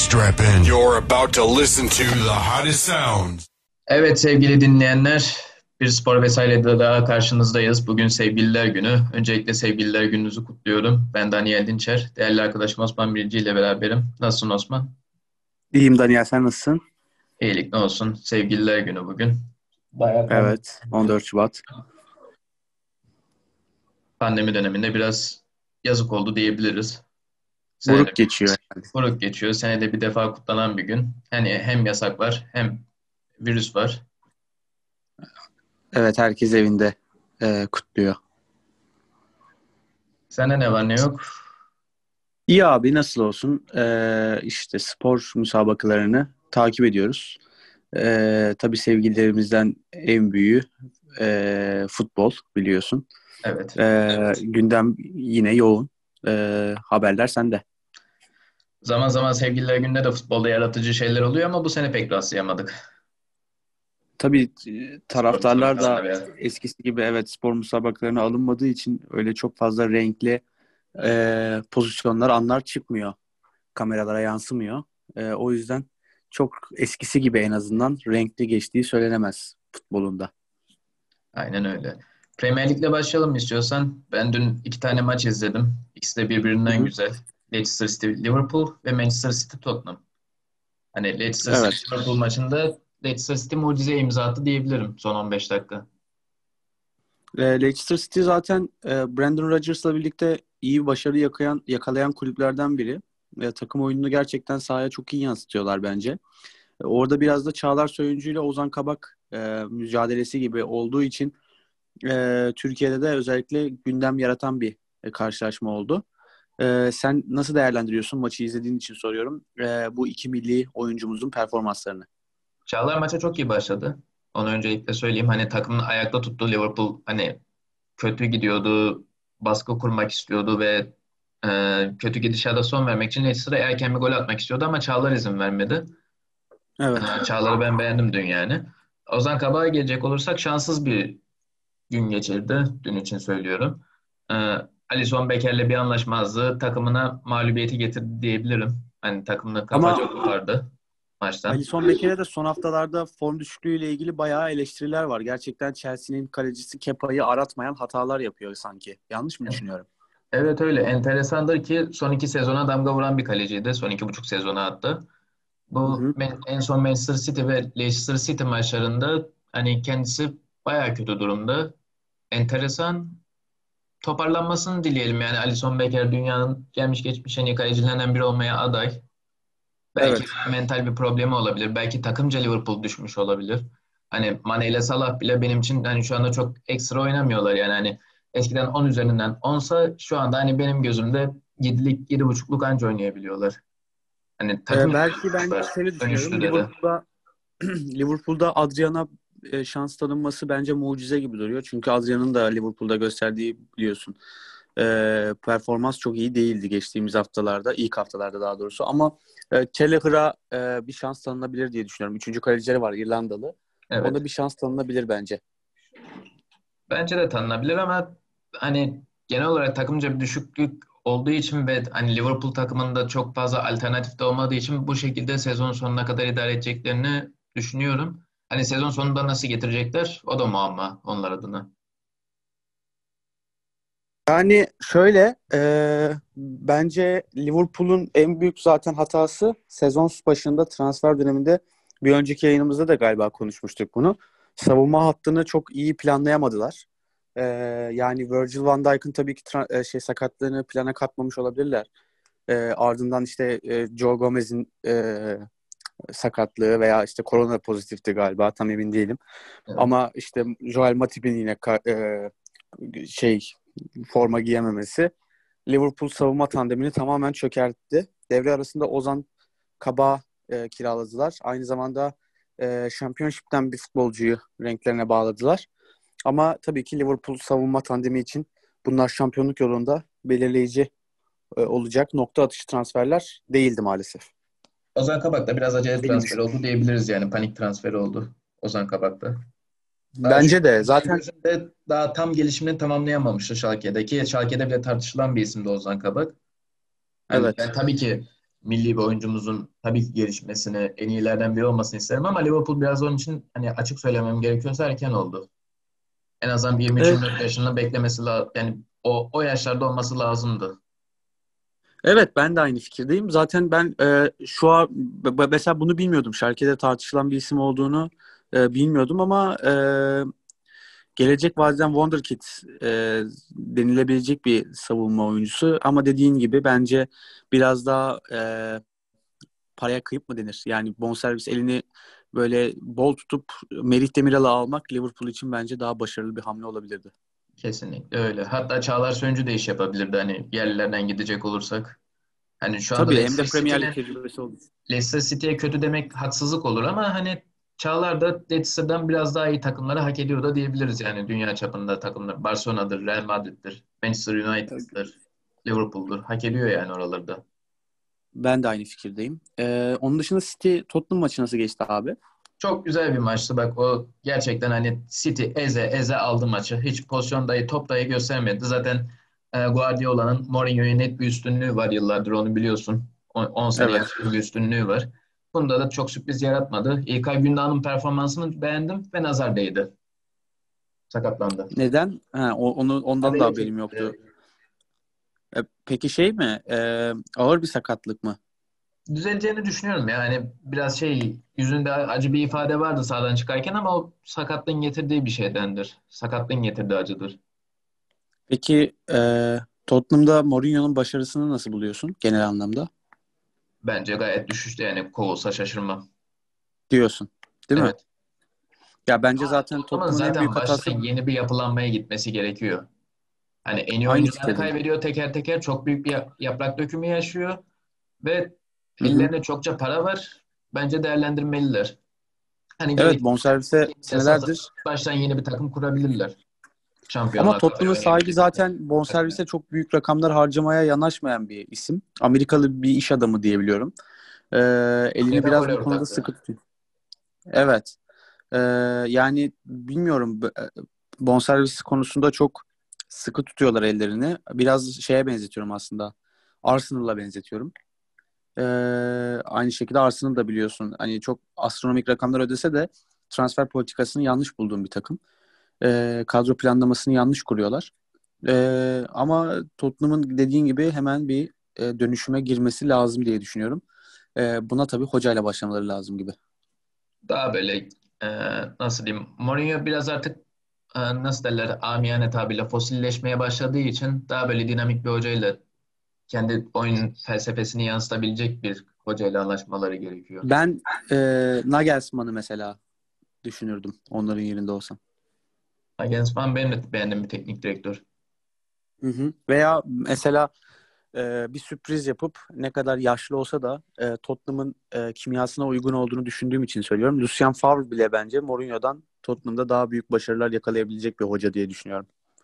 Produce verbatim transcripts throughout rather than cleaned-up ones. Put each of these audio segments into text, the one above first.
Strap in. You're about to listen to the hottest sounds. Evet sevgili dinleyenler, bir spor vesairede daha karşınızdayız. Bugün Sevgililer Günü. Öncelikle Sevgililer Gününüzü kutluyorum. Ben Daniel Dinçer. Değerli arkadaşım Osman Bilci ile beraberim. Nasılsın Osman? İyiyim Daniel, sen nasılsın? İyilik ne olsun. Sevgililer Günü bugün. Bayağı pandemi, Evet, on dört Şubat. pandemi döneminde biraz yazık oldu diyebiliriz. Senede Buruk geçiyor. buruk geçiyor. Senede bir defa kutlanan bir gün. Hani hem yasak var hem virüs var. Evet, herkes evinde e, kutluyor. Sende ne var ne yok? İyi abi, nasıl olsun? E, işte spor müsabakalarını takip ediyoruz. E, tabii sevgililerimizden en büyüğü e, futbol, biliyorsun. Evet. E, gündem yine yoğun. E, haberler sende. Zaman zaman Sevgililer Günü'nde de futbolda yaratıcı şeyler oluyor ama bu sene pek rastlayamadık. Tabii e, Spor taraftarlar müsabakasında da veya. eskisi gibi evet spor müsabakalarına alınmadığı için öyle çok fazla renkli e, pozisyonlar, anlar çıkmıyor. Kameralara yansımıyor. E, o yüzden çok eskisi gibi en azından renkli geçtiği söylenemez futbolunda. Aynen öyle. Premier Lig'le başlayalım istiyorsan. Ben dün iki tane maç izledim. İkisi de Hı birbirinden hı. güzel. Leicester City Liverpool ve Manchester City Tottenham. Hani Leicester City Evet. Liverpool maçında Leicester City mucize imza attı diyebilirim son on beş dakika. E, Leicester City zaten e, Brendan Rodgers'la birlikte iyi bir başarı yakalayan, yakalayan kulüplerden biri. E, takım oyununu gerçekten sahaya çok iyi yansıtıyorlar bence. E, orada biraz da Çağlar Söyüncü ile Ozan Kabak e, mücadelesi gibi olduğu için e, Türkiye'de de özellikle gündem yaratan bir e, karşılaşma oldu. E, sen nasıl değerlendiriyorsun? Maçı izlediğin için soruyorum. E, bu iki milli oyuncumuzun performanslarını. Çağlar maça çok iyi başladı. Onu öncelikle söyleyeyim. Hani takımını ayakta tuttu. Liverpool hani kötü gidiyordu. Baskı kurmak istiyordu ve e, kötü gidişata son vermek için Leicester'a erken bir gol atmak istiyordu ama Çağlar izin vermedi. Evet. E, Çağlar'ı ben beğendim dün yani. Ozan Kabak'a gelecek olursak şanssız bir gün geçirdi. Dün için söylüyorum. E, Alisson Becker'le bir anlaşmazlığı takımına mağlubiyeti getirdi diyebilirim. Hani takımını Ama kafaca kopardı maçtan. Alisson Becker'e de son haftalarda form düşüklüğüyle ilgili bayağı eleştiriler var. Gerçekten Chelsea'nin kalecisi Kepa'yı aratmayan hatalar yapıyor sanki. Yanlış mı düşünüyorum? Evet öyle. Enteresandır ki son iki sezona damga vuran bir kaleciydi. Son iki buçuk sezona hatta. Hı Bu hı. men- en son Manchester City ve Leicester City maçlarında hani kendisi bayağı kötü durumda. Enteresan, toparlanmasını dileyelim. Yani Alisson Becker dünyanın gelmiş geçmiş en iyi kalecilerinden biri olmaya aday. Belki Evet. mental bir problemi olabilir. Belki takımca Liverpool düşmüş olabilir. Hani Mane ile Salah bile benim için hani şu anda çok ekstra oynamıyorlar. Yani hani eskiden on üzerinden onsa şu anda hani benim gözümde yedilik, yedi buçukluk anca oynayabiliyorlar. Hani takım Ee, belki ben yapmışlar şöyle düşünüyorum. dönüştü de. Liverpool'da Liverpool'da Adrian'a e, şans tanınması bence mucize gibi duruyor. Çünkü Adrian'ın da Liverpool'da gösterdiği biliyorsun e, performans çok iyi değildi geçtiğimiz haftalarda, ilk haftalarda daha doğrusu. Ama e, Kelleher'a e, bir şans tanınabilir diye düşünüyorum. Üçüncü kalecileri var, İrlandalı. Ona Evet. bir şans tanınabilir bence. Bence de tanınabilir ama hani genel olarak takımca bir düşüklük olduğu için ve hani Liverpool takımında çok fazla alternatif de olmadığı için bu şekilde sezon sonuna kadar idare edeceklerini düşünüyorum. Hani sezon sonunda nasıl getirecekler o da muamma onlar adına. Yani şöyle e, bence Liverpool'un en büyük zaten hatası sezon başında transfer döneminde bir önceki yayınımızda da galiba konuşmuştuk bunu. Savunma hattını çok iyi planlayamadılar. E, yani Virgil van Dijk'ın tabii ki tra- e, şey sakatlığını plana katmamış olabilirler. E, ardından işte e, Joe Gomez'in e, sakatlığı veya işte korona pozitifti galiba, tam emin değilim. Evet. Ama işte Joel Matip'in yine ka- e, şey forma giyememesi Liverpool savunma tandemini tamamen çökertti. Devre arasında Ozan Kabak'ı e, kiraladılar. Aynı zamanda e, Championship'ten bir futbolcuyu renklerine bağladılar. Ama tabii ki Liverpool savunma tandemi için bunlar şampiyonluk yolunda belirleyici e, olacak nokta atışı transferler değildi maalesef. Ozan Kabak da biraz acele Benim transfer düşüncem. oldu diyebiliriz yani panik transferi oldu Ozan Kabak'ta. Daha çünkü Bence de. benim Zaten gözümde daha tam gelişimini tamamlayamamıştı Schalke'de ki Schalke'de bile tartışılan bir isimdi Ozan Kabak. Hani ben evet. tabii ki milli bir oyuncumuzun tabii ki gelişmesini, en iyilerden biri olmasını isterim ama Liverpool biraz onun için hani açık söylemem gerekiyorsa erken oldu. En azından bir Evet, yirmi üç yirmi dört yaşında beklemesi lazım. Yani o, o yaşlarda olması lazımdı. evet ben de aynı fikirdeyim. Zaten ben e, şu an b- b- mesela bunu bilmiyordum. Schalke'de tartışılan bir isim olduğunu e, bilmiyordum ama e, gelecek vadeden Wonderkid e, denilebilecek bir savunma oyuncusu. Ama dediğin gibi bence biraz daha e, paraya kıyıp mı denir? Yani bonservis elini böyle bol tutup Merih Demiral'ı almak Liverpool için bence daha başarılı bir hamle olabilirdi. Kesinlikle öyle. Hatta Çağlar Söyüncü de iş yapabilirdi hani yerlilerden gidecek olursak. Hani şu anda Tabii hem Leicester de Premier Lig City'nin tecrübesi oldu. Leicester City'ye kötü demek haksızlık olur ama hani Çağlar da Leicester'dan biraz daha iyi takımları hak ediyor da diyebiliriz yani dünya çapında takımlar. Barcelona'dır, Real Madrid'dir, Manchester United'dır, Liverpool'dur. Hak ediyor yani oralarda. Ben de aynı fikirdeyim. Ee, onun dışında City Tottenham maçı nasıl geçti abi? Çok güzel bir maçtı bak o gerçekten hani City eze eze aldı maçı. Hiç pozisyon dahi top dahi göstermedi. Zaten e, Guardiola'nın Mourinho'ya net bir üstünlüğü var yıllardır onu biliyorsun. on sene Evet. yakın bir üstünlüğü var. Bunda da çok sürpriz yaratmadı. İlkay Gündoğan'ın performansını beğendim ve nazar değdi. Sakatlandı. Neden? Ha, o- onu ondan da Haberi haberim kesildi. yoktu. E, peki şey mi? E, ağır bir sakatlık mı? Düzeleceğini düşünüyorum yani biraz şey yüzünde acı bir ifade vardı sahadan çıkarken ama o sakatlığın getirdiği bir şeydendir. Sakatlığın getirdiği acıdır. Peki e, Tottenham'da Mourinho'nun başarısını nasıl buluyorsun genel anlamda? Bence gayet düşüşte yani kovulsa şaşırmam. Diyorsun. Değil mi? Evet. Ya bence Ama zaten Tottenham'ın Tottenham'ın en zaten büyük hatası baştan yeni bir yapılanmaya gitmesi gerekiyor. Hani en iyi aynı oyuncularını fikirdeyim. kaybediyor teker teker. Çok büyük bir ya- yaprak dökümü yaşıyor. Ve Hı hı. ellerinde çokça para var. Bence değerlendirmeliler. Hani Evet, gerekirse bonservise de satıp senelerdir. baştan yeni bir takım kurabilirler. Ama Şampiyonlar Kupayı Tottenham'ın sahibi oynayabilecek bir takım. zaten bonservise çok büyük rakamlar harcamaya yanaşmayan bir isim. Amerikalı bir iş adamı diyebiliyorum. Ee, elini Ya da biraz voley bu konuda ortaklığı. sıkı tutuyor. Evet. Ee, yani bilmiyorum. b- Bonservis konusunda çok sıkı tutuyorlar ellerini. Biraz şeye benzetiyorum aslında. Arsenal'a benzetiyorum. Ee, aynı şekilde Arsenal da biliyorsun. Hani çok astronomik rakamlar ödese de transfer politikasını yanlış bulduğum bir takım. Ee, kadro planlamasını yanlış kuruyorlar. Ee, ama Tottenham'ın dediğin gibi hemen bir e, dönüşüme girmesi lazım diye düşünüyorum. Ee, buna tabii hocayla başlamaları lazım gibi. Daha böyle e, nasıl diyeyim Mourinho biraz artık e, nasıl derler amiyane tabirle fosilleşmeye başladığı için daha böyle dinamik bir hocayla kendi oyun felsefesini yansıtabilecek bir hocayla anlaşmaları gerekiyor. Ben e, Nagelsmann'ı mesela düşünürdüm onların yerinde olsam. Nagelsmann benim de beğendiğim bir teknik direktör. Hı hı. Veya mesela e, bir sürpriz yapıp ne kadar yaşlı olsa da e, Tottenham'ın e, kimyasına uygun olduğunu düşündüğüm için söylüyorum. Lucien Favre bile bence Mourinho'dan Tottenham'da daha büyük başarılar yakalayabilecek bir hoca diye düşünüyorum.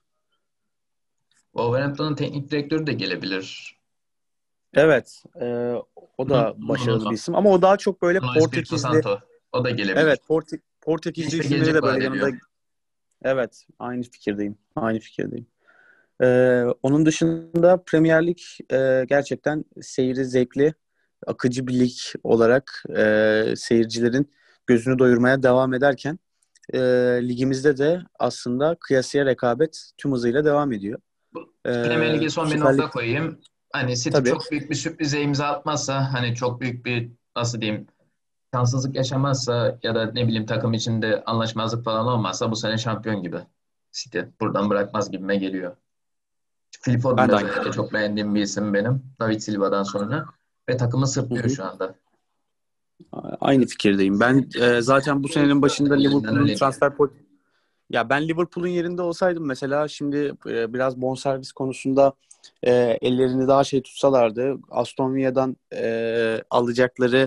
Wolverhampton'un teknik direktörü de gelebilir. Evet, e, o da Unuttum başarılı bir bunu. isim ama o daha çok böyle Nuno Espirito Portekizli, Santo. O da gelebilir. evet Porte- Portekizli Genç ve isimleri gelecek de vaat böyle yanında. ediyor. Evet, aynı fikirdeyim. Aynı fikirdeyim. Ee, onun dışında Premier Lig e, gerçekten seyri zevkli, akıcı bir lig olarak e, seyircilerin gözünü doyurmaya devam ederken e, ligimizde de aslında kıyasıya rekabet tüm hızıyla devam ediyor. Bu Premier E, Lig'e son bir Süper Lig nokta koyayım. Hani City tabii. çok büyük bir sürprize imza atmazsa, hani çok büyük bir nasıl diyeyim şanssızlık yaşamazsa ya da ne bileyim takım içinde anlaşmazlık falan olmazsa bu sene şampiyon gibi. City buradan bırakmaz gibime geliyor. Phil Foden Ben da de aynı özellikle fikirdeyim. çok beğendiğim bir isim benim. David Silva'dan sonra. Ve takımı Hı sırtlıyor hı. şu anda. Aynı fikirdeyim. Ben e, zaten bu senenin başında Gözümden Liverpool'un öyle değil. transfer pol- ya ben Liverpool'un yerinde olsaydım mesela şimdi e, biraz bonservis konusunda e, ellerini daha şey tutsalardı. Aston Villa'dan e, alacakları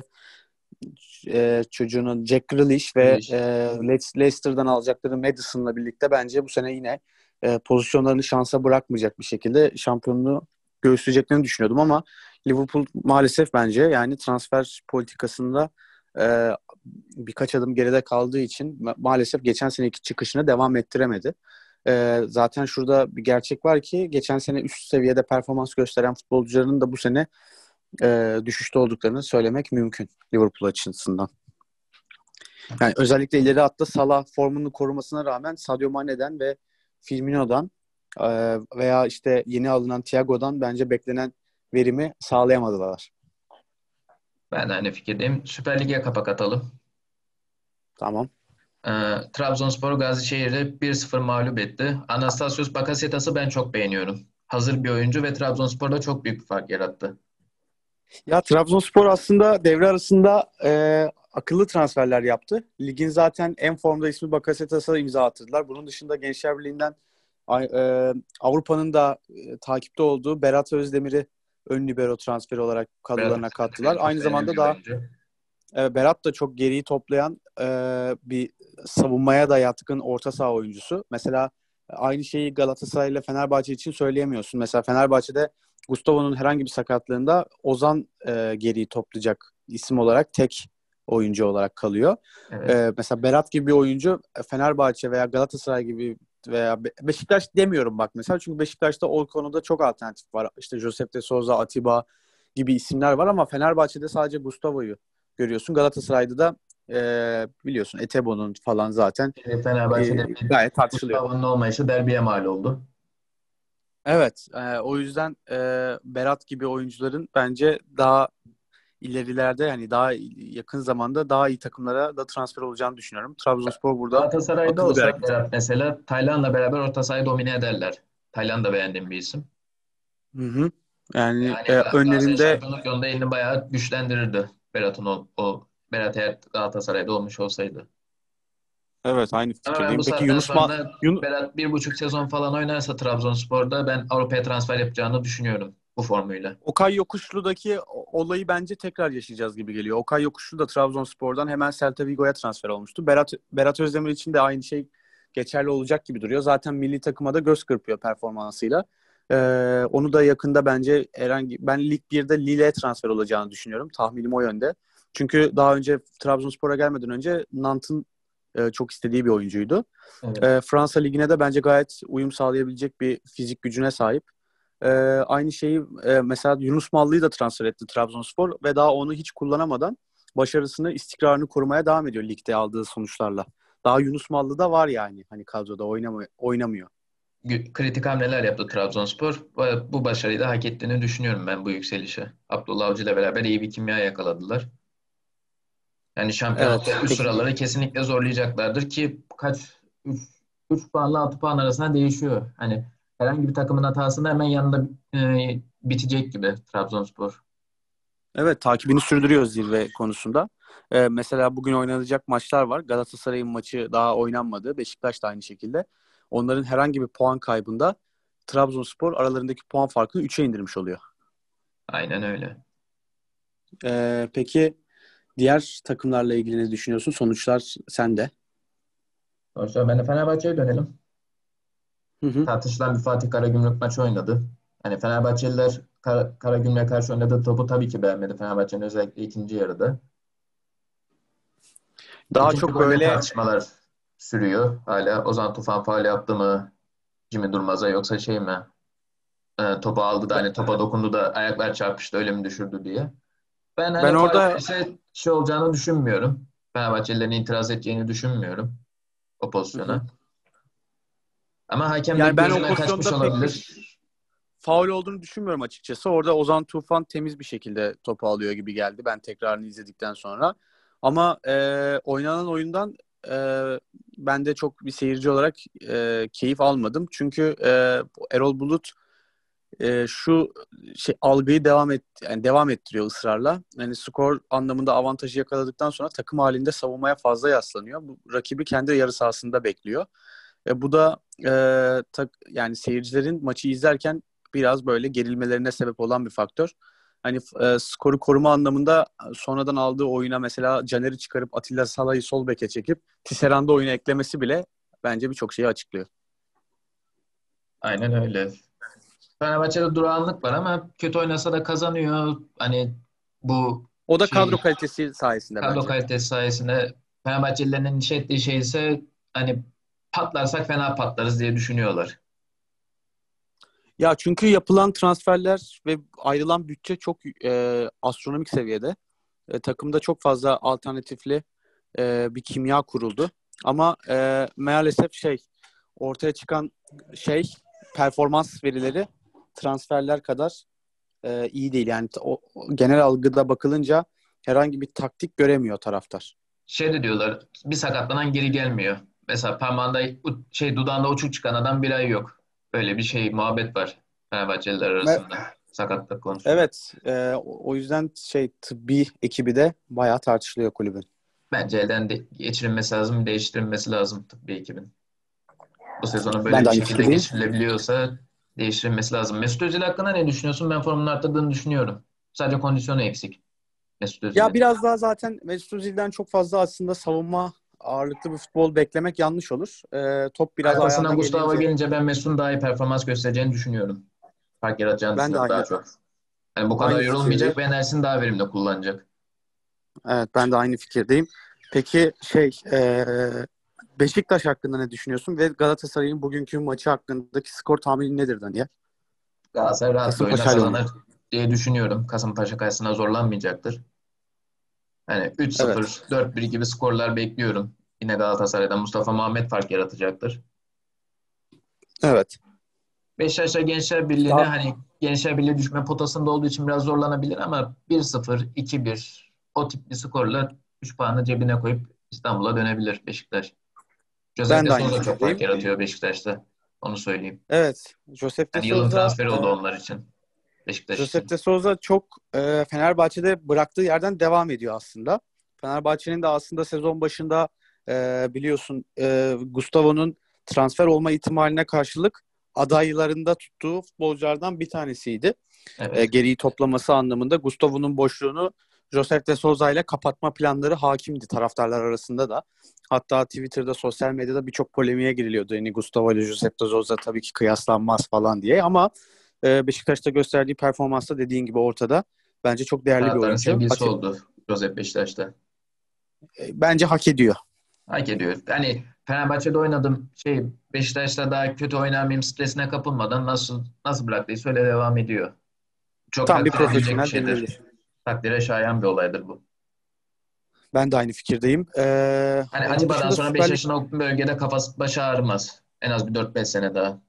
e, çocuğunun Jack Grealish ve e, Grealish. Le- Leicester'dan alacakları Maddison'la birlikte bence bu sene yine e, pozisyonlarını şansa bırakmayacak bir şekilde şampiyonluğu göğüsleyeceklerini düşünüyordum ama Liverpool maalesef bence yani transfer politikasında e, birkaç adım geride kaldığı için ma- maalesef geçen seneki çıkışına devam ettiremedi. E, zaten şurada bir gerçek var ki geçen sene üst seviyede performans gösteren futbolcuların da bu sene e, düşüşte olduklarını söylemek mümkün Liverpool açısından. Yani özellikle ileri hatta Salah formunu korumasına rağmen Sadio Mane'den ve Firmino'dan e, veya işte yeni alınan Thiago'dan bence beklenen verimi sağlayamadılar. Ben de aynı fikirdeyim. Süper Lig'e kapak atalım. Tamam. Ee, Trabzonspor Gazişehir'i bir sıfır mağlup etti. Anastasios Bakasetas'ı ben çok beğeniyorum. Hazır bir oyuncu ve Trabzonspor'da çok büyük bir fark yarattı. Ya Trabzonspor aslında devre arasında e, akıllı transferler yaptı. Ligin zaten en formda ismi Bakasetas'a imza attırdılar. Bunun dışında Gençler Birliği'nden e, Avrupa'nın da e, takipte olduğu Berat Özdemir'i ön libero transferi olarak Berat kadrolarına Özdemir'i kattılar. çok Aynı sevdiğim zamanda bir da oyuncu. e, Berat da çok geriyi toplayan e, bir savunmaya da yatkın orta saha oyuncusu. Mesela aynı şeyi Galatasaray ile Fenerbahçe için söyleyemiyorsun. Mesela Fenerbahçe'de Gustavo'nun herhangi bir sakatlığında Ozan e, geriyi toplayacak isim olarak tek oyuncu olarak kalıyor. Evet. E, mesela Berat gibi bir oyuncu Fenerbahçe veya Galatasaray gibi veya Be- Beşiktaş demiyorum bak mesela. Çünkü Beşiktaş'ta o konuda çok alternatif var. İşte Josep de Souza, Atiba gibi isimler var ama Fenerbahçe'de sadece Gustavo'yu görüyorsun. Galatasaray'da da e, biliyorsun Etebo'nun falan zaten Şimdi e, Fenerbahçe'de bir gayet tartışılıyor. Gustavo'nun olmayışı derbiye mal oldu. Evet, e, o yüzden e, Berat gibi oyuncuların bence daha ilerilerde yani daha yakın zamanda daha iyi takımlara da transfer olacağını düşünüyorum. Trabzonspor burada Galatasaray'da akıllı bir olsa hareket. Berat mesela Taylan'la beraber orta sahayı domine ederler. Taylan da beğendiğim bir isim. Hı hı. Yani Yani e, Gal- Galatasaray önlerinde şampiyonluk yolunda elini bayağı güçlendirirdi. Berat'ın o, o Berat eğer Galatasaray'da olmuş olsaydı. evet aynı Ama ben bu fikirdeyim. Peki saatten Yunus Ma sonra Yun Berat bir buçuk sezon falan oynarsa Trabzonspor'da ben Avrupa'ya transfer yapacağını düşünüyorum bu formuyla. Okay Yokuşlu'daki o- olayı bence tekrar yaşayacağız gibi geliyor. Okay Yokuşlu da Trabzonspor'dan hemen Celta Vigo'ya transfer olmuştu. Berat Berat Özdemir için de aynı şey geçerli olacak gibi duruyor. Zaten milli takıma da göz kırpıyor performansıyla. Ee, onu da yakında bence herhangi ben Lig birde Lille'ye transfer olacağını düşünüyorum. Tahminim o yönde. Çünkü daha önce Trabzonspor'a gelmeden önce Nantes'ın e, çok istediği bir oyuncuydu. Evet. E, Fransa Ligi'ne de bence gayet uyum sağlayabilecek bir fizik gücüne sahip. Ee, aynı şeyi e, mesela Yunus Mallı'yı da transfer etti Trabzonspor ve daha onu hiç kullanamadan başarısını, istikrarını korumaya devam ediyor ligde aldığı sonuçlarla. Daha Yunus Mallı da var yani hani kadroda oynamıyor. oynamıyor. Gü- Kritik hamleler yaptı Trabzonspor. Bu bu başarıyı da hak ettiğini düşünüyorum ben bu yükselişe. Abdullah Avcı ile beraber iyi bir kimya yakaladılar. Yani Evet. şampiyonlukta üst Peki, sıraları kesinlikle zorlayacaklardır ki kaç üç puanla altı puan arasında değişiyor. Hani herhangi bir takımın hatasında hemen yanında e, bitecek gibi Trabzonspor. evet takibini sürdürüyor zirve konusunda. Ee, mesela bugün oynanacak maçlar var. Galatasaray'ın maçı daha oynanmadı. Beşiktaş da aynı şekilde. Onların herhangi bir puan kaybında Trabzonspor aralarındaki puan farkını üçe indirmiş oluyor. Aynen öyle. Ee, peki diğer takımlarla ilgili ne düşünüyorsun? Sonuçlar sende. Sonuçta ben de Fenerbahçe'ye dönelim. Hı hı. Tartışılan bir Fatih Karagümrük maçı oynadı. Hani Fenerbahçeliler Kar Karagümrük'e karşı oynadığı topu tabii ki beğenmedi. Fenerbahçe'nin özellikle ikinci yarıda. Daha İkinci çok golde böyle tartışmalar sürüyor. Hala Ozan Tufan faul yaptı mı? Jimmy Durmaz'a yoksa şey mi? E, topu aldı da hani topa dokundu da ayaklar çarpıştı öyle mi düşürdü diye. Ben ben hani faul orada verirse şey olacağını düşünmüyorum. Fenerbahçelilerin itiraz edeceğini düşünmüyorum o hı hı. pozisyona. Ama hakem de Yani ben o gözünden kaçmış pozisyonda pek bir olabilir. faul olduğunu düşünmüyorum açıkçası. Orada Ozan Tufan temiz bir şekilde topu alıyor gibi geldi ben tekrarını izledikten sonra. Ama e, oynanan oyundan e, ben de çok bir seyirci olarak e, keyif almadım. Çünkü e, Erol Bulut e, şu şey algıyı devam et yani devam ettiriyor ısrarla. Yani skor anlamında avantajı yakaladıktan sonra takım halinde savunmaya fazla yaslanıyor. Bu rakibi kendi yarı sahasında bekliyor. E, bu da e, tak, yani seyircilerin maçı izlerken biraz böyle gerilmelerine sebep olan bir faktör. Hani e, skoru koruma anlamında sonradan aldığı oyuna mesela Caner'i çıkarıp Atilla Salah'ı sol beke çekip Tisserand'ı oyuna eklemesi bile bence birçok şeyi açıklıyor. Aynen öyle. Fenerbahçe'de durağanlık var ama kötü oynasa da kazanıyor. Hani bu O da şey kadro kalitesi sayesinde kadro bence. kalitesi sayesinde Fenerbahçelilerin endişe ettiği şey ise hani patlarsak fena patlarız diye düşünüyorlar. Ya çünkü yapılan transferler ve ayrılan bütçe çok e, astronomik seviyede. E, takımda çok fazla alternatifli e, bir kimya kuruldu. Ama e, maalesef şey ortaya çıkan şey performans verileri transferler kadar e, iyi değil. Yani o, o genel algıda bakılınca herhangi bir taktik göremiyor taraftar. Şey de diyorlar, bir sakatlanan geri gelmiyor. Mesela parmağında u- şey dudağında uçuk çıkan adam bir ay yok. Böyle bir şey muhabbet var Fenerbahçeliler Ve arasında sakatlık konusunda. evet, e, o o yüzden şey tıbbi ekibi de bayağı tartışılıyor kulübün. Bence elden de geçirilmesi lazım, değiştirilmesi lazım tıbbi ekibin. Bu sezonu böyle Ben bir de aynı şekilde fikirdeyim. geçirilebiliyorsa değiştirilmesi lazım. Mesut Özil hakkında ne düşünüyorsun? Ben formunun arttırdığını düşünüyorum. Sadece kondisyonu eksik Mesut Ya Özil'in. biraz daha zaten Mesut Özil'den çok fazla aslında savunma ağırlıklı bir futbol beklemek yanlış olur. E, top biraz Arkasına ayağına Gustavo gelince gelince ben Mesut'un daha iyi performans göstereceğini düşünüyorum. Fark yaratacağını ben de düşünüyorum daha aynı çok. Yani bu kadar aynı fikirdeyim. yorulmayacak ve enerjisini daha verimli kullanacak. Evet, ben de aynı fikirdeyim. Peki şey e, Beşiktaş hakkında ne düşünüyorsun ve Galatasaray'ın bugünkü maçı hakkındaki skor tahmini nedir Daniel? Galatasaray rahat bir oyunla Kasımpaşa ile oynuyor. kazanır diye düşünüyorum. Kasımpaşa karşısında zorlanmayacaktır. Yani Evet. üç sıfır, dört bir gibi skorlar bekliyorum. Yine Galatasaray'dan Mustafa Muhammed fark yaratacaktır. Evet. Beşiktaş'la Gençler Birliği'ne Daha, hani Gençler Birliği düşme potasında olduğu için biraz zorlanabilir ama bir sıfır, iki bir o tip bir skorla üç puanı cebine koyup İstanbul'a dönebilir Beşiktaş. Josef ben de de aynı Souza çok fark fikirdeyim. yaratıyor Beşiktaş'ta. Onu söyleyeyim. Evet. Josef de Yani yılın Souza transferi e, oldu onlar için. Beşiktaş Josef için. de Souza çok e, Fenerbahçe'de bıraktığı yerden devam ediyor aslında. Fenerbahçe'nin de aslında sezon başında e, biliyorsun e, Gustavo'nun transfer olma ihtimaline karşılık adaylarında tuttuğu futbolculardan bir tanesiydi. E, Evet. geriyi toplaması anlamında Gustavo'nun boşluğunu Josef de Souza ile kapatma planları hakimdi taraftarlar arasında da. Hatta Twitter'da, sosyal medyada birçok polemiğe giriliyordu. Yani Gustavo ile Josef de Souza tabii ki kıyaslanmaz falan diye ama e, Beşiktaş'ta gösterdiği performansta dediğin gibi ortada. Bence çok değerli bir Taraftarın oyuncu. sevgilisi Açık, oldu Josep Beşiktaş'ta. e, bence hak ediyor. Hak ediyor. Yani Fenerbahçe'de oynadım. Şey Beşiktaş'ta daha kötü oynamayayım stresine kapılmadan nasıl nasıl bıraktıysa öyle devam ediyor. Çok Tam bir takdir edilecek bir profesyonel şeydir. denilebilir. Takdire şayan bir olaydır bu. Ben de aynı fikirdeyim. E, Hani onun Atiba'dan dışında sonra Süper Lig Beşiktaş'ın o bölgede kafası başı ağrımaz. En az bir dört beş sene daha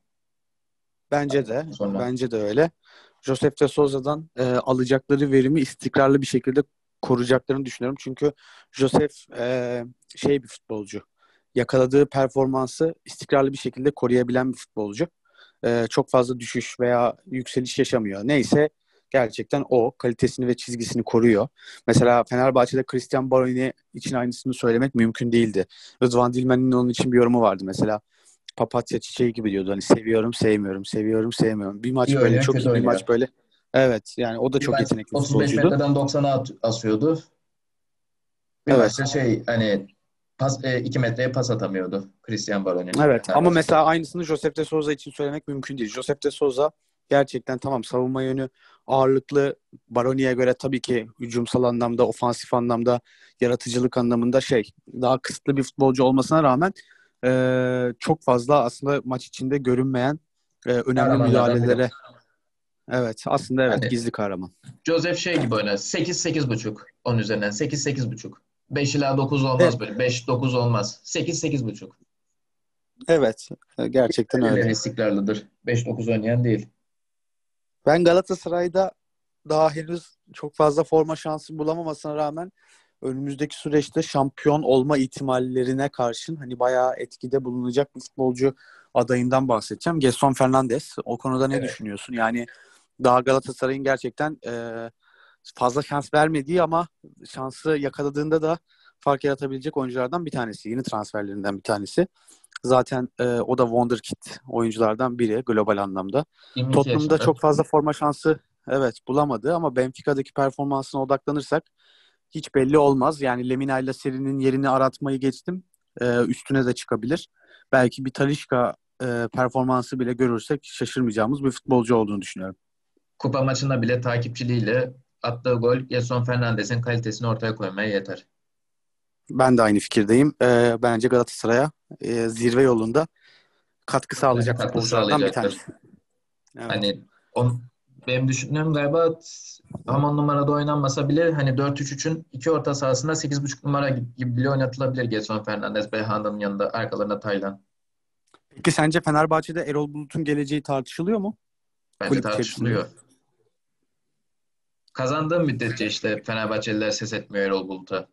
bence de. sonra. Bence de öyle. Josef de Souza'dan e, alacakları verimi istikrarlı bir şekilde koruyacaklarını düşünüyorum. Çünkü Josef e, şey bir futbolcu. Yakaladığı performansı istikrarlı bir şekilde koruyabilen bir futbolcu. E, çok fazla düşüş veya yükseliş yaşamıyor. Neyse gerçekten o kalitesini ve çizgisini koruyor. Mesela Fenerbahçe'de Christian Baroni için aynısını söylemek mümkün değildi. Rıdvan Dilmen'in onun için bir yorumu vardı mesela. Papatya çiçeği gibi diyordu. Hani seviyorum, sevmiyorum, seviyorum, sevmiyorum. Bir İyi maç böyle oynuyor, çok kötü iyi, bir oynuyor. maç böyle. Evet, yani o da Bir çok maç yetenekli otuz beş futbolcuydu. metreden doksana at- asıyordu. Bir Evet. maçta şey hani pas, e, iki metreye pas atamıyordu Christian Baroni. Evet. Ama Fenerbahçe'de. mesela aynısını Josef de Souza için söylemek mümkün değil. Josef de Souza gerçekten tamam savunma yönü ağırlıklı, Baroni'ye göre tabii ki hücumsal anlamda, ofansif anlamda, yaratıcılık anlamında şey daha kısıtlı bir futbolcu olmasına rağmen e, çok fazla aslında maç içinde görünmeyen e, önemli Kahramanlardan biri. müdahalelere. Evet, aslında evet, Hani gizli kahraman. Joseph şey gibi oynar. sekiz sekiz buçuk. Onun üzerinden sekiz sekiz buçuk. beş ila dokuz E, olmaz böyle. beş dokuz olmaz. sekiz sekiz buçuk. evet, e, gerçekten öyle. Diğerleri istikrarlıdır. beş dokuz oynayan değil. Ben Galatasaray'da daha henüz çok fazla forma şansı bulamamasına rağmen önümüzdeki süreçte şampiyon olma ihtimallerine karşın hani bayağı etkide bulunacak bir futbolcu adayından bahsedeceğim. Gelson Fernandes. O konuda ne Evet. düşünüyorsun? Yani daha Galatasaray'ın gerçekten e, fazla şans vermediği ama şansı yakaladığında da fark yaratabilecek oyunculardan bir tanesi. Yeni transferlerinden bir tanesi. Zaten e, o da wonderkid oyunculardan biri global anlamda. yirmi iki Tottenham'da yaşında. çok fazla forma şansı evet bulamadı ama Benfica'daki performansına odaklanırsak hiç belli olmaz. Yani Lemina ile Seri'nin yerini aratmayı geçtim. E, üstüne de çıkabilir. Belki bir Talisca e, performansı bile görürsek şaşırmayacağımız bir futbolcu olduğunu düşünüyorum. Kupa maçında bile takipçiliğiyle attığı gol Gelson Fernandes'in kalitesini ortaya koymaya yeter. Ben de aynı fikirdeyim. E, bence Galatasaray'a e, zirve yolunda katkı Bence sağlayacak katkı futbolculardan bir sağlayacaktır. tanesi. Evet. Hani on, benim düşündüğüm galiba tam on numarada oynanmasa bile hani dört üç üçün iki orta sahasında sekiz buçuk numara gibi bile oynatılabilir Gelson Fernandes, Belhanda'nın yanında arkalarında Taylan. Peki sence Fenerbahçe'de Erol Bulut'un geleceği tartışılıyor mu? Bence Kulüp içerisinde. tartışılıyor. Kazandığı müddetçe işte Fenerbahçeliler ses etmiyor Erol Bulut'a.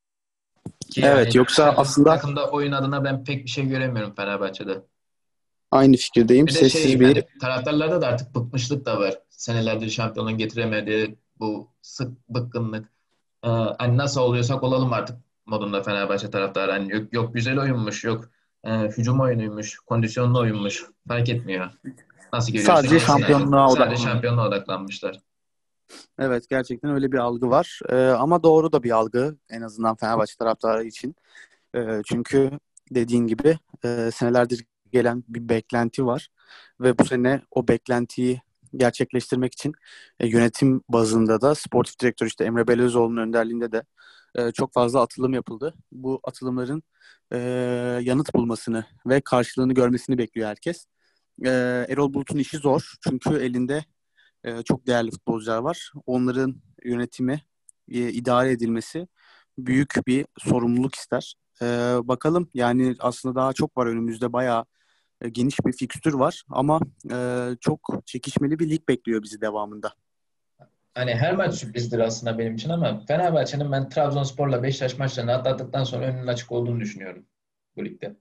Ki Evet, hani yoksa takım, aslında takımda oyun adına ben pek bir şey göremiyorum Fenerbahçe'de. aynı fikirdeyim. Bir de Sessiz şey bir. hani taraftarlarda da artık bıkmışlık da var. Senelerdir şampiyonluğu getiremediği bu sık bıkkınlık. Ee, hani nasıl oluyorsak olalım artık modunda Fenerbahçe taraftarı. Hani yok, yok güzel oyunmuş, yok e, hücum oyunuymuş, kondisyonlu oyunmuş. Fark etmiyor. Nasıl geliyorsa Sadece gelsin hani. şampiyonluğa Sadece odaklanıyor. şampiyonluğa odaklanmışlar. Evet, gerçekten öyle bir algı var. Ee, ama doğru da bir algı en azından Fenerbahçe taraftarı için. Ee, çünkü dediğin gibi e, senelerdir gelen bir beklenti var ve bu sene o beklentiyi gerçekleştirmek için e, yönetim bazında da sportif direktör işte Emre Belözoğlu'nun önderliğinde de e, çok fazla atılım yapıldı. Bu atılımların e, yanıt bulmasını ve karşılığını görmesini bekliyor herkes. E, Erol Bulut'un işi zor çünkü elinde e, çok değerli futbolcular var. Onların yönetimi, e, idare edilmesi büyük bir sorumluluk ister. E, bakalım yani aslında daha çok var önümüzde bayağı e, geniş bir fikstür var ama e, çok çekişmeli bir lig bekliyor bizi devamında. Hani her maç sürprizdir aslında benim için ama Fenerbahçe'nin ben Trabzonspor'la Beşiktaş maçlarını atlattıktan sonra önünün açık olduğunu düşünüyorum bu ligde.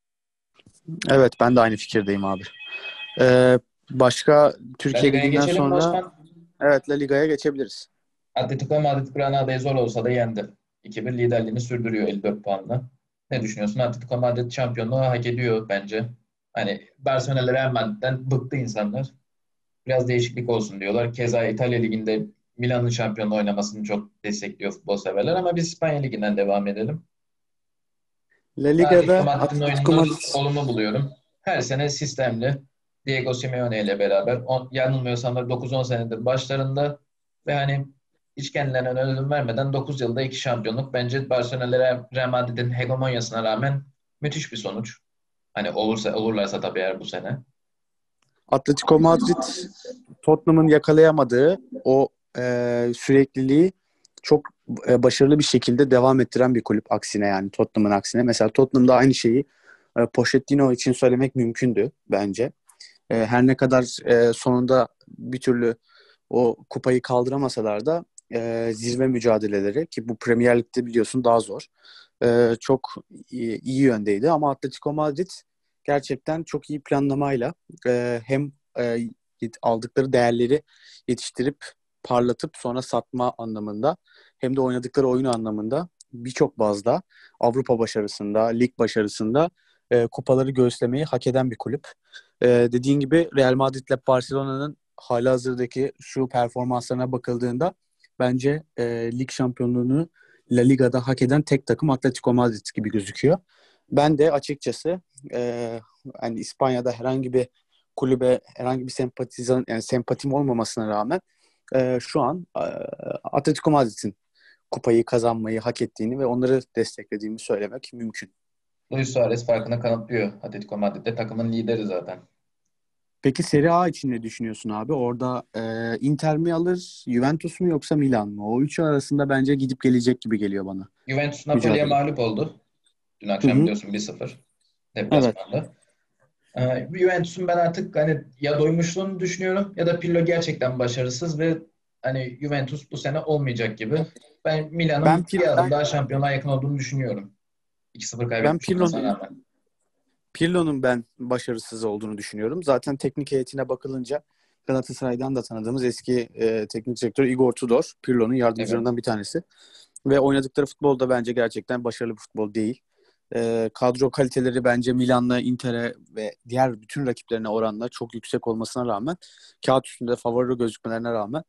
Evet, ben de aynı fikirdeyim abi. E, başka La Türkiye Liga'ya Ligi'nden geçelim mi sonra Osman? evet La Liga'ya geçebiliriz. Atletico Madrid Granada'yı zor olsa da yendi. iki bir liderliğini sürdürüyor elli dört puanla. Ne düşünüyorsun? Atletico Madrid şampiyonluğu hak ediyor bence. Hani Barcelona Real Madrid'den bıktı insanlar. Biraz değişiklik olsun diyorlar. Keza İtalya Ligi'nde Milan'ın şampiyonluğu oynamasını çok destekliyor futbol severler ama biz İspanya Ligi'nden devam edelim. La Ben Atletico Liga'da Madrid'in Atletico oyununu Madrid. olumlu buluyorum. Her sene sistemli. Diego Simeone ile beraber. On, yanılmıyorsam da dokuz on senedir başlarında ve hani hiç kendilerine ödün vermeden dokuz yılda iki şampiyonluk. Bence Barcelona ile Real Madrid'in hegemonyasına rağmen müthiş bir sonuç. Hani olursa olurlarsa tabii eğer bu sene. Atletico Madrid Tottenham'ın yakalayamadığı o e, sürekliliği çok e, başarılı bir şekilde devam ettiren bir kulüp aksine yani Tottenham'ın aksine. Mesela Tottenham'da aynı şeyi e, Pochettino için söylemek mümkündü bence. E, her ne kadar e, sonunda bir türlü o kupayı kaldıramasalar da e, zirve mücadeleleri ki bu Premier Lig'de biliyorsun daha zor. E, çok iyi, iyi yöndeydi ama Atletico Madrid gerçekten çok iyi planlamayla e, hem e, aldıkları değerleri yetiştirip parlatıp sonra satma anlamında hem de oynadıkları oyun anlamında birçok bazda Avrupa başarısında, lig başarısında e, kupaları göğüslemeyi hak eden bir kulüp. E, dediğin gibi Real Madrid ile Barcelona'nın halihazırdaki şu performanslarına bakıldığında bence e, lig şampiyonluğunu La Liga'da hak eden tek takım Atletico Madrid gibi gözüküyor. Ben de açıkçası e, hani İspanya'da herhangi bir kulübe herhangi bir sempatizan yani sempatim olmamasına rağmen e, şu an e, Atletico Madrid'in kupayı kazanmayı hak ettiğini ve onları desteklediğimi söylemek mümkün. Luis Suarez farkını kanıtlıyor Atletico Madrid'de. Takımın lideri zaten. Peki Serie A için ne düşünüyorsun abi? Orada e, Inter mi alır, Juventus mu yoksa Milan mı? O üçü arasında bence gidip gelecek gibi geliyor bana Juventus Napoli'ye mücadele. mağlup oldu. Dün Hı akşam hı. biliyorsun bir sıfır Evet. deplasmanda. Ee, Juventus'un ben artık hani ya doymuşluğunu düşünüyorum ya da Pirlo gerçekten başarısız ve hani Juventus bu sene olmayacak gibi. Ben Ben Milan'ın Pir bir adım daha şampiyonluğa yakın olduğunu düşünüyorum. iki sıfır ben kaybetmiş olmasına Pirlo'nun rağmen. Pirlo'nun ben başarısız olduğunu düşünüyorum. Zaten teknik heyetine bakılınca Galatasaray'dan da tanıdığımız eski e, teknik direktör Igor Tudor, Pirlo'nun Evet. yardımcılarından bir tanesi. Ve oynadıkları futbol da bence gerçekten başarılı bir futbol değil. E, kadro kaliteleri bence Milan'la, Inter'e ve diğer bütün rakiplerine oranla çok yüksek olmasına rağmen, kağıt üstünde favori gözükmelerine rağmen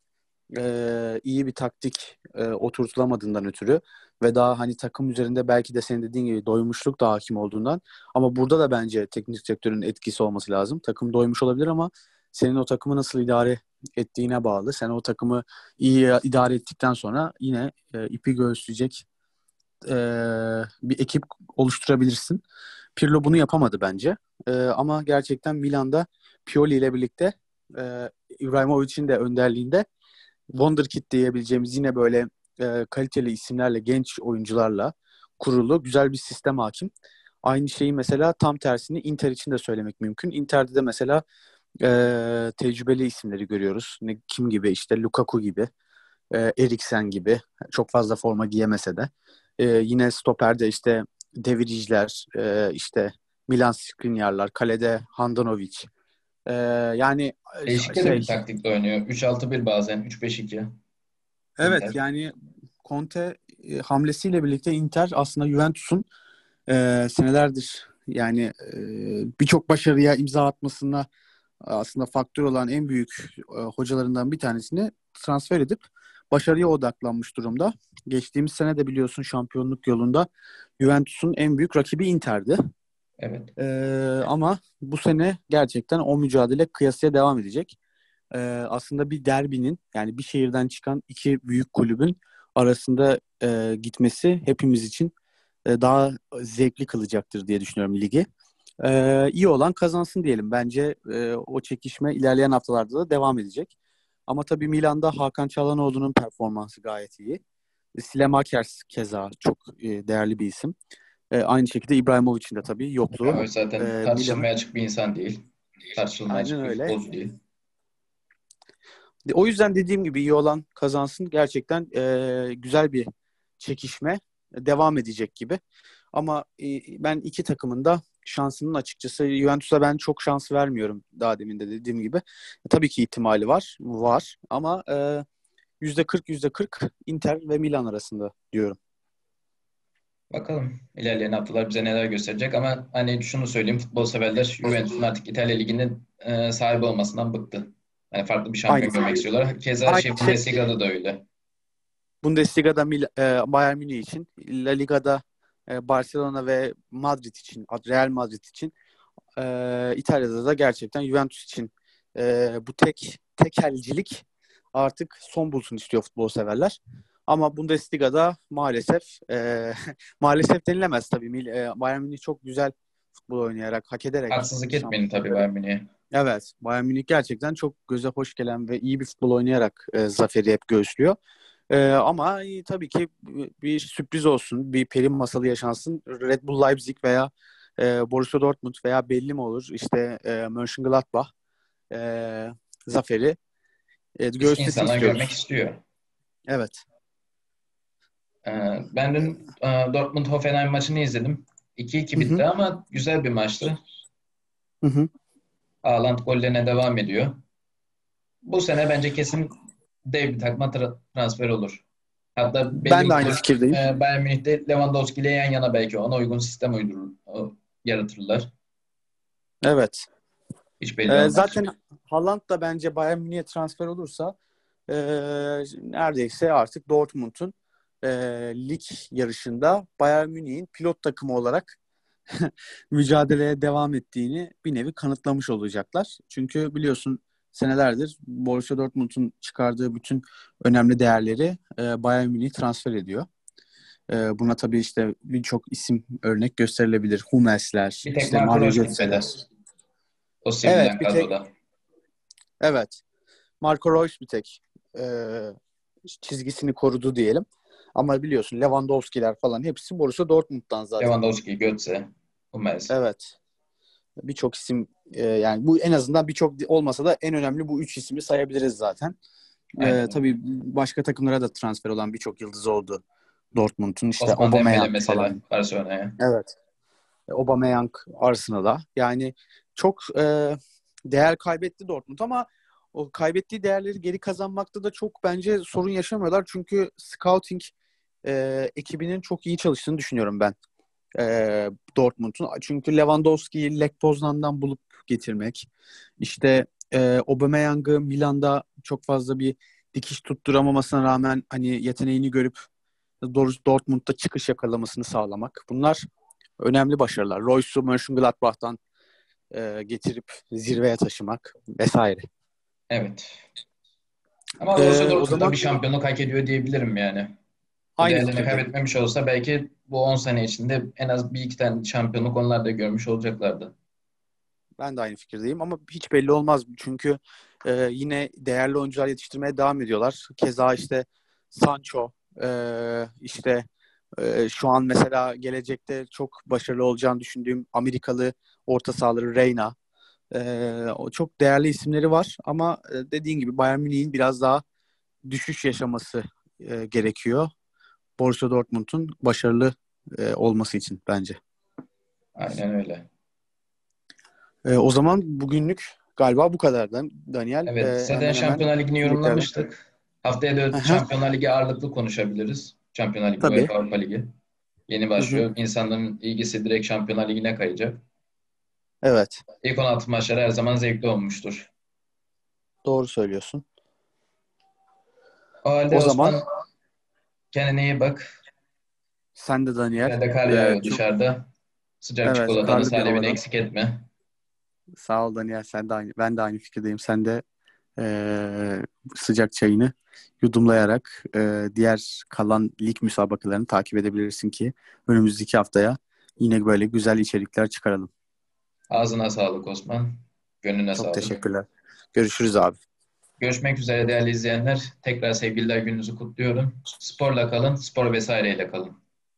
e, iyi bir taktik e, oturtulamadığından ötürü ve daha hani takım üzerinde belki de senin dediğin gibi doymuşluk da hakim olduğundan ama burada da bence teknik direktörün etkisi olması lazım. Takım doymuş olabilir ama senin o takımı nasıl idare ettiğine bağlı. Sen o takımı iyi idare ettikten sonra yine e, ipi göğüsleyecek e, bir ekip oluşturabilirsin. Pirlo bunu yapamadı bence. E, ama gerçekten Milan'da Pioli ile birlikte e, İbrahimovic'in de önderliğinde Wonderkid diyebileceğimiz yine böyle e, kaliteli isimlerle, genç oyuncularla kurulu güzel bir sistem hakim. Aynı şeyi mesela tam tersini Inter için de söylemek mümkün. Inter'de de mesela e, tecrübeli isimleri görüyoruz. Ne, kim gibi? İşte Lukaku gibi, e, Eriksen gibi. Çok fazla forma giyemese de. E, yine stoperde işte Deviriciler, e, işte Milan Skriniarlar, kalede Handanovic. E, yani Değişik de bir şey taktikle oynuyor. üç altı bir bazen. üç beş iki. Evet Inter. yani Conte e, hamlesiyle birlikte Inter aslında Juventus'un e, senelerdir yani e, birçok başarıya imza atmasına aslında faktör olan en büyük e, hocalarından bir tanesini transfer edip başarıya odaklanmış durumda. Geçtiğimiz sene de biliyorsun şampiyonluk yolunda Juventus'un en büyük rakibi Inter'di. Evet. E, ama bu sene gerçekten o mücadele kıyasıya devam edecek. Ee, aslında bir derbinin yani bir şehirden çıkan iki büyük kulübün arasında e, gitmesi hepimiz için e, daha zevkli kılacaktır diye düşünüyorum ligi. Ee, iyi olan kazansın diyelim. Bence e, o çekişme ilerleyen haftalarda da devam edecek. Ama tabii Milan'da Hakan Çalhanoğlu'nun performansı gayet iyi. Selemakers keza çok e, değerli bir isim. E, aynı şekilde İbrahimovic'in de tabii yokluğu Ama zaten e, Milan'ın tartışılmaya açık bir insan değil. Tartışılmaya aynen açık bir öyle. futbolcu değil. O yüzden dediğim gibi iyi olan kazansın. Gerçekten e, güzel bir çekişme devam edecek gibi. Ama e, ben iki takımın da şansının açıkçası Juventus'a ben çok şans vermiyorum daha demin de dediğim gibi. E, tabii ki ihtimali var. Var. Ama e, yüzde kırk yüzde kırk Inter ve Milan arasında diyorum. Bakalım ilerleyen haftalar bize neler gösterecek ama hani şunu söyleyeyim futbol severler Juventus'un artık İtalya Ligi'nin e, sahibi olmasından bıktı. Yani farklı bir Aynı, şampiyon görmek istiyorlar. Keza aynı şey şey Bundesliga'da da öyle. Bundesliga'da Mil- e, Bayern Münih için, La Liga'da e, Barcelona ve Madrid için, Real Madrid için, e, İtalya'da da gerçekten Juventus için e, bu tek tekelcilik artık son bulsun istiyor futbol severler. Ama Bundesliga'da maalesef e, maalesef denilemez tabii. Mil- E, Bayern Münih çok güzel futbol oynayarak, hak ederek Haksızlık etmeyin tabii şampiyonlukları. Bayern Münih'e. Evet, Bayern Münih gerçekten çok göze hoş gelen ve iyi bir futbol oynayarak e, zaferi hep göğüslüyor. E, ama e, tabii ki bir sürpriz olsun, bir peri masalı yaşansın. Red Bull Leipzig veya e, Borussia Dortmund veya belli mi olur işte e, Mönchengladbach e, zaferi e, İs- göğüslesin İnsanlar görmek istiyoruz. istiyor. Evet. E, ben dün e, Dortmund-Hoffenheim maçını izledim. iki iki Hı bitti hı. ama güzel bir maçtı. Hı hı. Haaland gollerine devam ediyor. Bu sene bence kesin dev bir takıma tra- transfer olur. Hatta belli Ben mi de aynı olur fikirdeyim. e, Bayern Münih'te Lewandowski ile yan yana belki ona uygun sistem uydurur, o- yaratırlar. Evet. Hiç belli E, olmaz. zaten Haaland da bence Bayern Münih'e transfer olursa e, neredeyse artık Dortmund'un e, lig yarışında Bayern Münih'in pilot takımı olarak mücadeleye devam ettiğini bir nevi kanıtlamış olacaklar. Çünkü biliyorsun senelerdir Borussia Dortmund'un çıkardığı bütün önemli değerleri e, Bayern Münih transfer ediyor. E, buna tabii işte birçok isim örnek gösterilebilir. Hummels'ler, Bir tek işte Marco Mario Reus Götze'ler. gitmedi. O sivrilen Evet bir tek kadroda. evet Marco Reus bir tek e, çizgisini korudu diyelim. Ama biliyorsun Lewandowski'ler falan hepsi Borussia Dortmund'dan zaten. Lewandowski, Götze, Hummels. Evet. Birçok isim e, yani bu en azından birçok olmasa da en önemli bu üç ismi sayabiliriz zaten. E, Aynen öyle. tabii başka takımlara da transfer olan birçok yıldız oldu. Dortmund'un işte Osman Dembele Aubameyang mesela falan. Barcelona'ya. Evet. Aubameyang Arsenal'a. Yani çok e, değer kaybetti Dortmund ama o kaybettiği değerleri geri kazanmakta da çok bence sorun yaşamıyorlar. Çünkü scouting e, ekibinin çok iyi çalıştığını düşünüyorum ben e, Dortmund'un. Çünkü Lewandowski'yi Lech Poznan'dan bulup getirmek, işte e, Aubameyang'ı Milan'da çok fazla bir dikiş tutturamamasına rağmen hani yeteneğini görüp Dor- Dortmund'da çıkış yakalamasını sağlamak. Bunlar önemli başarılar. Royce'u Mönchengladbach'tan e, getirip zirveye taşımak vesaire. Evet. Ama Borussia E, o Dortmund da zaman bir şampiyonluk hak ediyor diyebilirim yani. Bu aynı değerlerini fikirdeyim. kaybetmemiş olsa belki bu on sene içinde en az bir iki tane şampiyonluk onlar da görmüş olacaklardı. Ben de aynı fikirdeyim ama hiç belli olmaz. Çünkü Ee, yine değerli oyuncular yetiştirmeye devam ediyorlar. Keza işte Sancho, e, işte e, şu an mesela gelecekte çok başarılı olacağını düşündüğüm Amerikalı orta sahaları Reyna. E, o çok değerli isimleri var ama e, dediğin gibi Bayern Münih'in biraz daha düşüş yaşaması e, gerekiyor. Borussia Dortmund'un başarılı e, olması için bence. Aynen öyle. E, o zaman bugünlük galiba bu kadar Daniel. Evet, E, zaten hemen hemen Şampiyonlar Ligi'ni tekrardan. yorumlamıştık. Haftaya da Aha, Şampiyonlar Ligi ağırlıklı konuşabiliriz. Şampiyonlar Ligi, tabii. UEFA Avrupa Ligi. Yeni Hı hı. başlıyor. İnsanların ilgisi direkt Şampiyonlar Ligi'ne kayacak. Evet. İlk on altı maçları her zaman zevkli olmuştur. Doğru söylüyorsun. O halde O Osman, zaman kendine iyi bak. sen de Daniel. Yine de kar E, yağıyor çok dışarıda. Sıcak evet, çikolatanı, karlı bir salebini havada. eksik etme. Sağ ol Daniel. Sen de aynı, ben de aynı fikirdeyim. Sen de e, sıcak çayını yudumlayarak e, diğer kalan lig müsabakalarını takip edebilirsin ki önümüzdeki haftaya yine böyle güzel içerikler çıkaralım. Ağzına sağlık Osman. Gönlüne Çok sağlık. teşekkürler. Görüşürüz abi. Görüşmek üzere değerli izleyenler. Tekrar sevgililer gününüzü kutluyorum. Sporla kalın, spor vesaireyle kalın.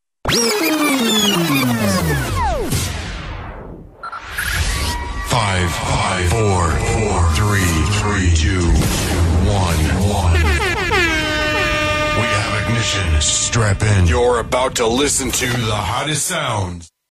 Five, five, four, four, three, three, two, one, one. We have ignition. Strap in. You're about to listen to the hottest sounds.